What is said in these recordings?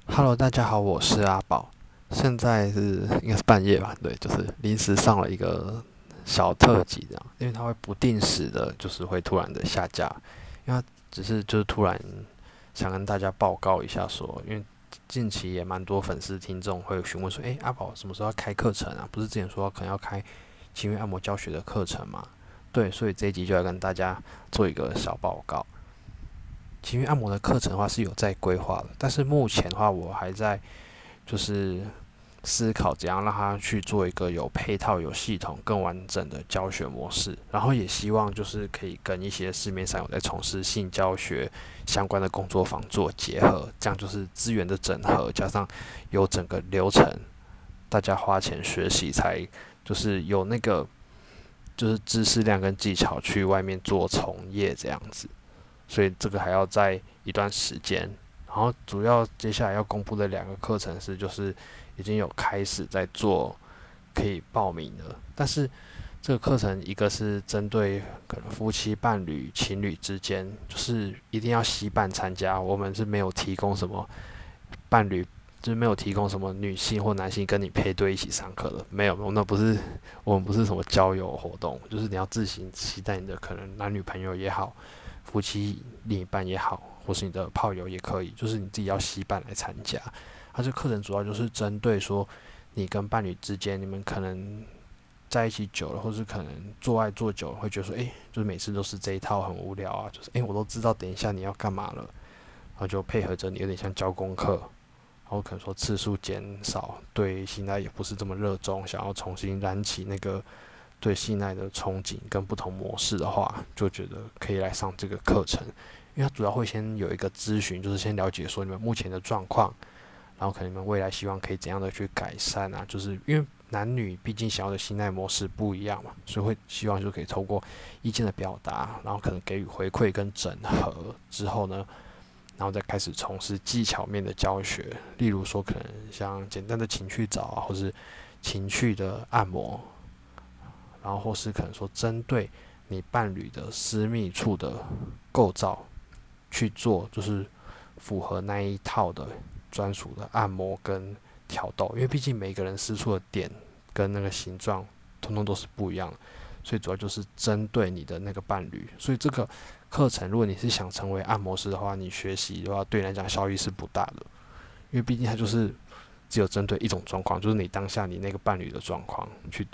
Hello，大家好，我是阿宝。现在应该是半夜吧？对，就是临时上了一个小特辑这样，因为它会不定时的，就是会突然的下架，因为它只是就是突然想跟大家报告一下说，因为近期也蛮多粉丝听众会询问说，阿宝什么时候要开课程啊？不是之前说可能要开情绪按摩教学的课程吗？对，所以这一集就要跟大家做一个小报告。情绪按摩的课程的话是有在规划的，但是目前的话我还在就是思考怎样让他去做一个有配套、有系统、更完整的教学模式，然后也希望就是可以跟一些市面上有在从事性教学相关的工作坊做结合，这样就是资源的整合，加上有整个流程，大家花钱学习才就是有那个就是知识量跟技巧去外面做从业这样子。所以这个还要在一段时间。然后主要接下来要公布的两个课程是，就是已经有开始在做可以报名的，但是这个课程一个是针对可能夫妻、伴侣、情侣之间，就是一定要惜伴参加，我们是没有提供什么伴侣。就是没有提供什么女性或男性跟你配对一起上课的，没有，那不是我们不是什么交友活动，就是你要自行期待你的可能男女朋友也好，夫妻另一半也好，或是你的炮友也可以，就是你自己要惜伴来参加。它这课程主要就是针对说，你跟伴侣之间，你们可能在一起久了，或是可能做爱做久了，会觉得说，就是每次都是这一套很无聊啊，就是我都知道等一下你要干嘛了，然后就配合着你，有点像教功课。然后可能说次数减少，对性爱也不是这么热衷，想要重新燃起那个对性爱的憧憬跟不同模式的话，就觉得可以来上这个课程，因为它主要会先有一个咨询，就是先了解说你们目前的状况，然后可能你们未来希望可以怎样的去改善啊，就是因为男女毕竟想要的性爱模式不一样嘛，所以会希望就可以透过意见的表达，然后可能给予回馈跟整合之后呢，然后再开始从事技巧面的教学，例如说可能像简单的情趣澡啊，或是情趣的按摩，然后或是可能说针对你伴侣的私密处的构造去做，就是符合那一套的专属的按摩跟挑逗，因为毕竟每个人私处的点跟那个形状，通通都是不一样的，所以主要就是针对你的那个伴侣。所以这个课程，如果你是想成为按摩师的话，你学习的话对你来讲效益是不大的，因为毕竟它就是只有针对一种状况，就是你当下你那个伴侣的状况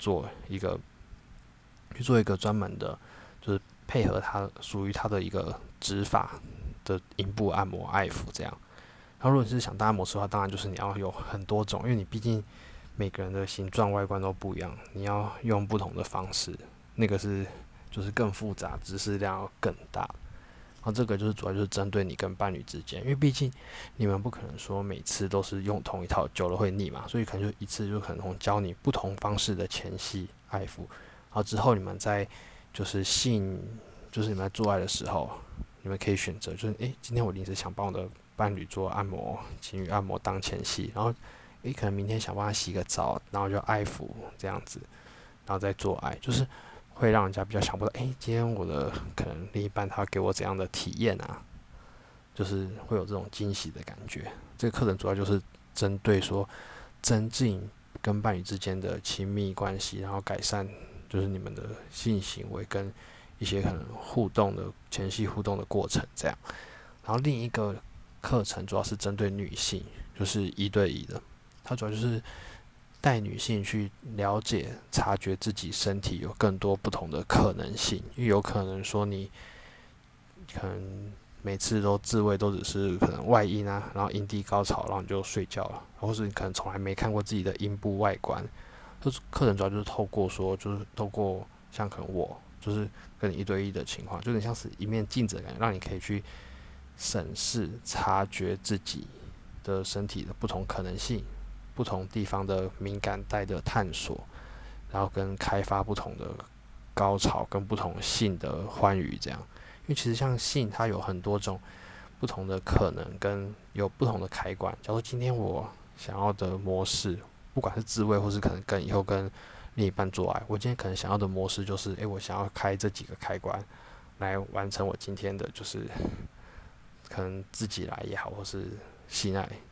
去做一个专门的，就是配合他属于他的一个指法的阴部按摩爱抚这样。然后如果你是想当按摩师的话，当然就是你要有很多种，因为你毕竟每个人的形状外观都不一样，你要用不同的方式，那个是就是更复杂，知识量要更大。然后这个就是主要就是针对你跟伴侣之间，因为毕竟你们不可能说每次都是用同一套，久了会腻嘛，所以可能就一次就可能教你不同方式的前戏爱抚，然后之后你们在就是就是你们在做爱的时候，你们可以选择，就是今天我临时想帮我的伴侣做按摩，情侣按摩当前戏，然后可能明天想帮他洗个澡，然后就爱抚这样子，然后再做爱，就是会让人家比较想不到，今天我的可能另一半他给我怎样的体验啊，就是会有这种惊喜的感觉。这个课程主要就是针对说增进跟伴侣之间的亲密关系，然后改善就是你们的性行为跟一些可能互动的前戏互动的过程这样。然后另一个课程主要是针对女性，就是一对一的，它主要就是带女性去了解、察觉自己身体有更多不同的可能性，因为有可能说你可能每次都自慰都只是可能外阴啊，然后阴蒂高潮，然后你就睡觉了，或是你可能从来没看过自己的阴部外观。就是课程主要就是透过说，就是透过像可能我就是跟你一对一的情况，就有点像是一面镜子的感觉，让你可以去审视、察觉自己的身体的不同可能性、不同地方的敏感带的探索，然后跟开发不同的高潮跟不同性的欢愉这样。因为其实像性，它有很多种不同的可能，跟有不同的开关。假如今天我想要的模式，不管是自慰或是可能跟以后跟另一半做爱，我今天可能想要的模式就是，我想要开这几个开关来完成我今天的，就是可能自己来也好，或是性爱，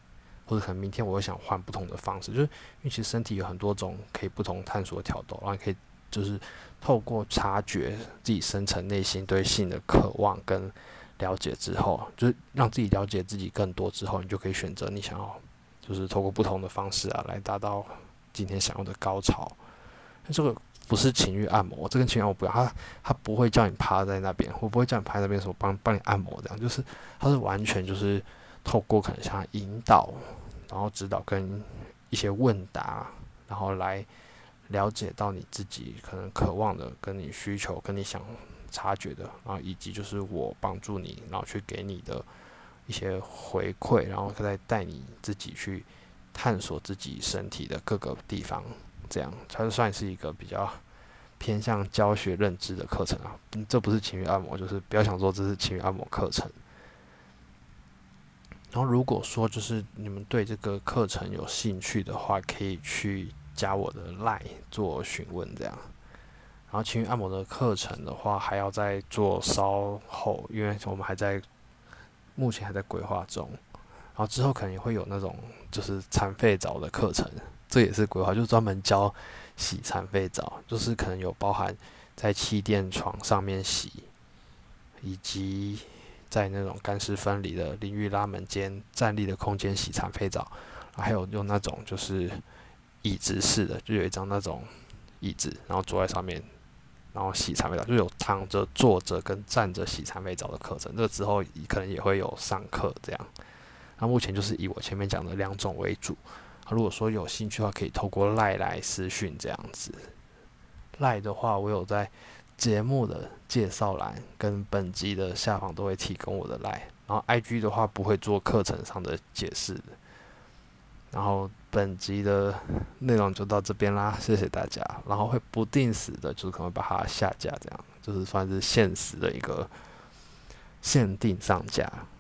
或者可能明天我又想换不同的方式，就是因为其实身体有很多种可以不同探索的挑逗，然后你可以就是透过察觉自己深层内心对性的渴望跟了解之后，就是让自己了解自己更多之后，你就可以选择你想要就是透过不同的方式啊来达到今天想要的高潮。这个不是情欲按摩，这跟情欲按摩不一样，他不会叫你趴在那边，我不会叫你趴在那边说帮你按摩这样，就是他是完全就是透过可能像引导，然后指导跟一些问答，然后来了解到你自己可能渴望的、跟你需求、跟你想察觉的，然后以及就是我帮助你，然后去给你的一些回馈，然后再带你自己去探索自己身体的各个地方，这样才算是一个比较偏向教学认知的课程啊。这不是情欲按摩，就是不要想说这是情欲按摩课程。然后如果说就是你们对这个课程有兴趣的话，可以去加我的 LINE 做询问这样。然后情欲按摩的课程的话，还要再做稍后，因为我们目前还在规划中。然后之后可能也会有那种就是残废澡的课程，这也是规划，就是专门教洗残废澡，就是可能有包含在气垫床上面洗，以及在那种干湿分离的淋浴拉门间站立的空间洗残废澡，还有用那种就是椅子式的，就有一张那种椅子，然后坐在上面，然后洗残废澡，就有躺着、坐着跟站着洗残废澡的课程。这个之后可能也会有上课这样。那目前就是以我前面讲的2种为主。如果说有兴趣的话，可以透过赖来私讯这样子。赖的话，我有在节目的介绍栏跟本集的下方都会提供我的赖。然后 IG 的话不会做课程上的解释的。然后本集的内容就到这边啦，谢谢大家。然后会不定时的，就是可能会把它下架，这样就是算是限时的一个限定上架。